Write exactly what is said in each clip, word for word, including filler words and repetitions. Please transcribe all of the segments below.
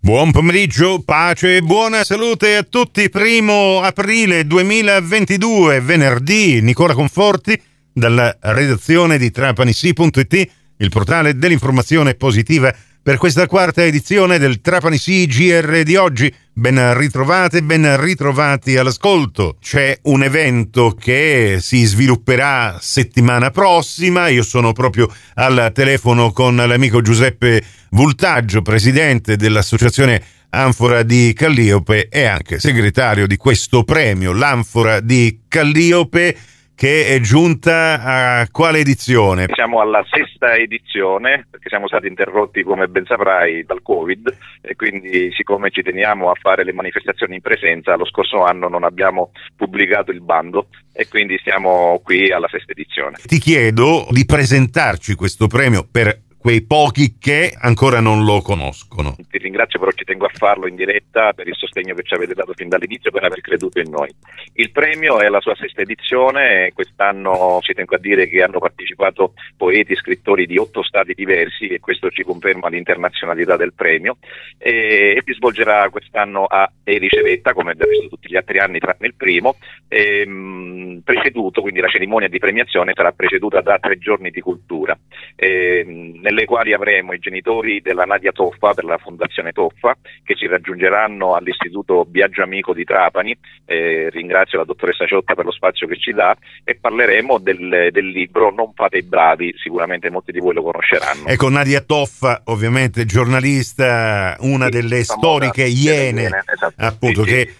Buon pomeriggio, pace e buona salute a tutti. Primo aprile duemilaventidue, venerdì. Nicola Conforti dalla redazione di Trapanissi punto it, il portale dell'informazione positiva, per questa quarta edizione del Trapanissi G R di oggi. Ben ritrovate, ben ritrovati all'ascolto. C'è un evento che si svilupperà settimana prossima. Io sono proprio al telefono con l'amico Giuseppe Vultaggio, presidente dell'associazione Anfora di Calliope e anche segretario di questo premio, l'Anfora di Calliope, che è giunta a quale edizione? Siamo alla sesta edizione, perché siamo stati interrotti, come ben saprai, dal Covid, e quindi siccome ci teniamo a fare le manifestazioni in presenza, lo scorso anno non abbiamo pubblicato il bando e quindi siamo qui alla sesta edizione. Ti chiedo di presentarci questo premio per quei pochi che ancora non lo conoscono. Ti ringrazio, però ci tengo a farlo in diretta per il sostegno che ci avete dato fin dall'inizio, per aver creduto in noi. Il premio è la sua sesta edizione, quest'anno ci tengo a dire che hanno partecipato poeti e scrittori di otto stati diversi e questo ci conferma l'internazionalità del premio, e, e si svolgerà quest'anno a Ericevetta, come del resto tutti gli altri anni tranne il primo, e, mh, preceduto, quindi la cerimonia di premiazione sarà preceduta da tre giorni di cultura, e, mh, nelle quali avremo i genitori della Nadia Toffa per la Fondazione Toffa, che ci raggiungeranno all'Istituto Viaggio Amico di Trapani. Eh, ringrazio la dottoressa Ciotta per lo spazio che ci dà, e parleremo del, del libro Non fate i bravi, sicuramente molti di voi lo conosceranno. Ecco, Nadia Toffa, ovviamente giornalista, una sì, delle storiche iene, esatto, appunto, sì, che sì.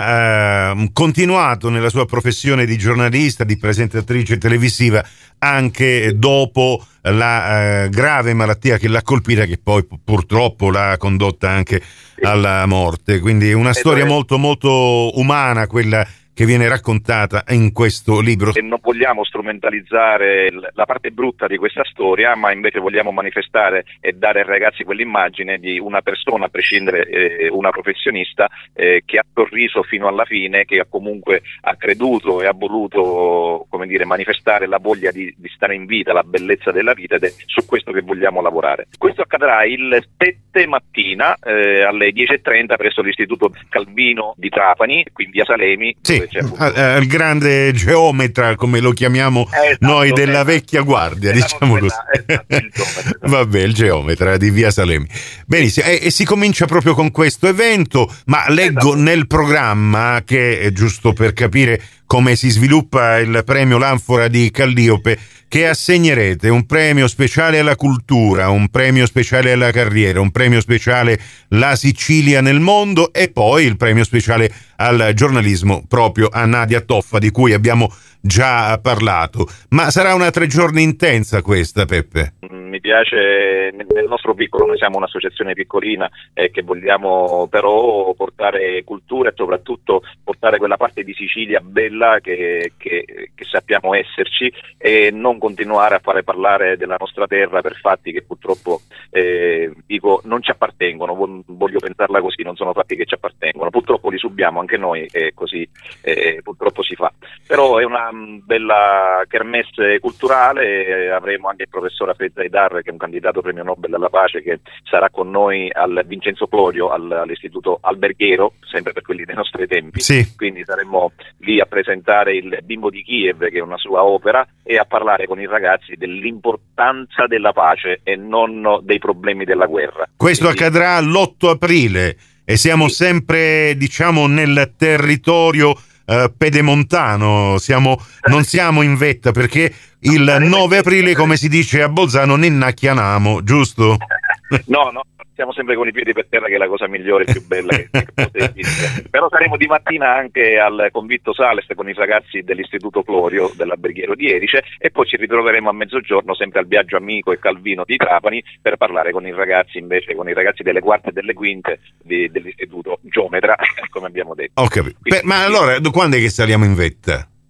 ha uh, continuato nella sua professione di giornalista, di presentatrice televisiva, anche dopo la uh, grave malattia che l'ha colpita, che poi purtroppo l'ha condotta anche sì. alla morte. Quindi una storia molto molto umana, quella che viene raccontata in questo libro. E non vogliamo strumentalizzare la parte brutta di questa storia, ma invece vogliamo manifestare e dare ai ragazzi quell'immagine di una persona, a prescindere eh, una professionista, eh, che ha sorriso fino alla fine, che ha comunque ha creduto e ha voluto, come dire, manifestare la voglia di, di stare in vita, la bellezza della vita, ed è su questo che vogliamo lavorare. Questo accadrà il sette mattina eh, alle dieci e trenta presso l'Istituto Calvino di Trapani, qui in via Salemi. Sì. Il grande geometra, come lo chiamiamo esatto, noi della esatto, vecchia guardia, diciamo così. Esatto, il geometra. Vabbè, il geometra di via Salemi. Benissimo, e, e si comincia proprio con questo evento, ma leggo esatto. nel programma, che è giusto per capire come si sviluppa il premio L'Anfora di Calliope, che assegnerete un premio speciale alla cultura, un premio speciale alla carriera, un premio speciale La Sicilia nel mondo e poi il premio speciale al giornalismo proprio a Nadia Toffa, di cui abbiamo già parlato. Ma sarà una tre giorni intensa questa, Peppe? Mi piace, nel nostro piccolo, noi siamo un'associazione piccolina eh, che vogliamo però portare cultura e soprattutto portare quella parte di Sicilia bella che, che, che sappiamo esserci, e non continuare a fare parlare della nostra terra per fatti che purtroppo eh, dico non ci appartengono, voglio pensarla così, non sono fatti che ci appartengono, purtroppo li subiamo anche noi e così eh, purtroppo si fa. Però è una mh, bella kermesse culturale, avremo anche il professor Afezza Idar, che è un candidato premio Nobel alla pace, che sarà con noi al Vincenzo Florio all, all'Istituto Alberghiero, sempre per quelli dei nostri tempi, sì. Quindi saremo lì a presentare il Bimbo di Kiev, che è una sua opera, e a parlare con i ragazzi dell'importanza della pace e non dei problemi della guerra. Questo Quindi... accadrà l'otto aprile e siamo sì. sempre, diciamo, nel territorio Uh, pedemontano, siamo, non siamo in vetta, perché il nove aprile, come si dice a Bolzano, ne innacchianamo, giusto? No, no, siamo sempre con i piedi per terra, che è la cosa migliore e più bella che, che potete dire. Però saremo di mattina anche al Convitto Salest con i ragazzi dell'Istituto Florio dell'Alberghiero di Erice, e poi ci ritroveremo a mezzogiorno sempre al Viaggio Amico e Calvino di Trapani per parlare con i ragazzi, invece con i ragazzi delle quarte e delle quinte di, dell'Istituto Geometra, come abbiamo detto. Ho capito. Quindi, ma allora quando è che saliamo in vetta?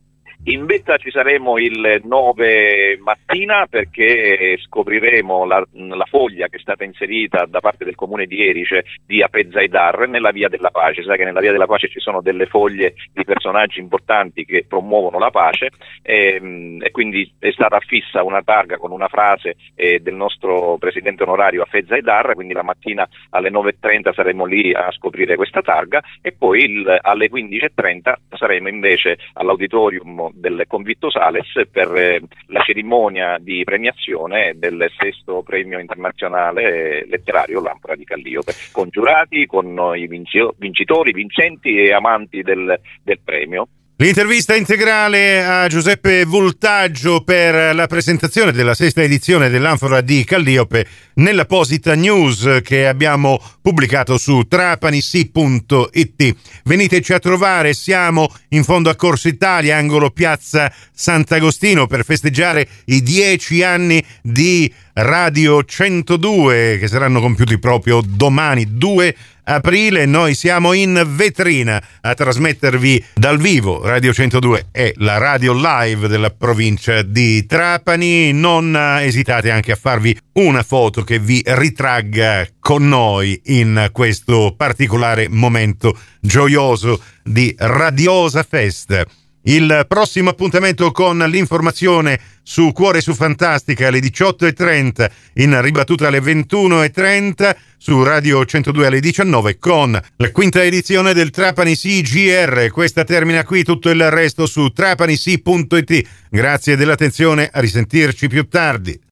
In vetta ci saremo il nove mattina, perché scopriremo la, la foglia che è stata inserita da parte del comune di Erice di Apezzaidar nella Via della Pace. Sai che nella Via della Pace ci sono delle foglie di personaggi importanti che promuovono la pace, e, e quindi è stata affissa una targa con una frase eh, del nostro presidente onorario Apezzaidar, quindi la mattina alle nove e trenta saremo lì a scoprire questa targa, e poi il, alle quindici e trenta saremo invece all'auditorium del Convitto Sales per eh, la cerimonia di premiazione del sesto premio internazionale letterario L'Anfora di Calliope, con giurati, con i vinci- vincitori, vincenti e amanti del, del premio. L'intervista integrale a Giuseppe Voltaggio per la presentazione della sesta edizione dell'Anfora di Calliope nell'apposita news che abbiamo pubblicato su trapanisi punto it. Veniteci a trovare, siamo in fondo a Corso Italia, angolo Piazza Sant'Agostino, per festeggiare i dieci anni di Radio centodue, che saranno compiuti proprio domani, due aprile. Noi siamo in vetrina a trasmettervi dal vivo. Radio centodue è la radio live della provincia di Trapani. Non esitate anche a farvi una foto che vi ritragga con noi in questo particolare momento gioioso di Radiosa Fest. Il prossimo appuntamento con l'informazione su Cuore su Fantastica alle diciotto e trenta, in ribattuta alle ventuno e trenta, su Radio centodue alle diciannove, con la quinta edizione del Trapanisi G R. Questa termina qui, tutto il resto su trapanisi punto it. Grazie dell'attenzione, a risentirci più tardi.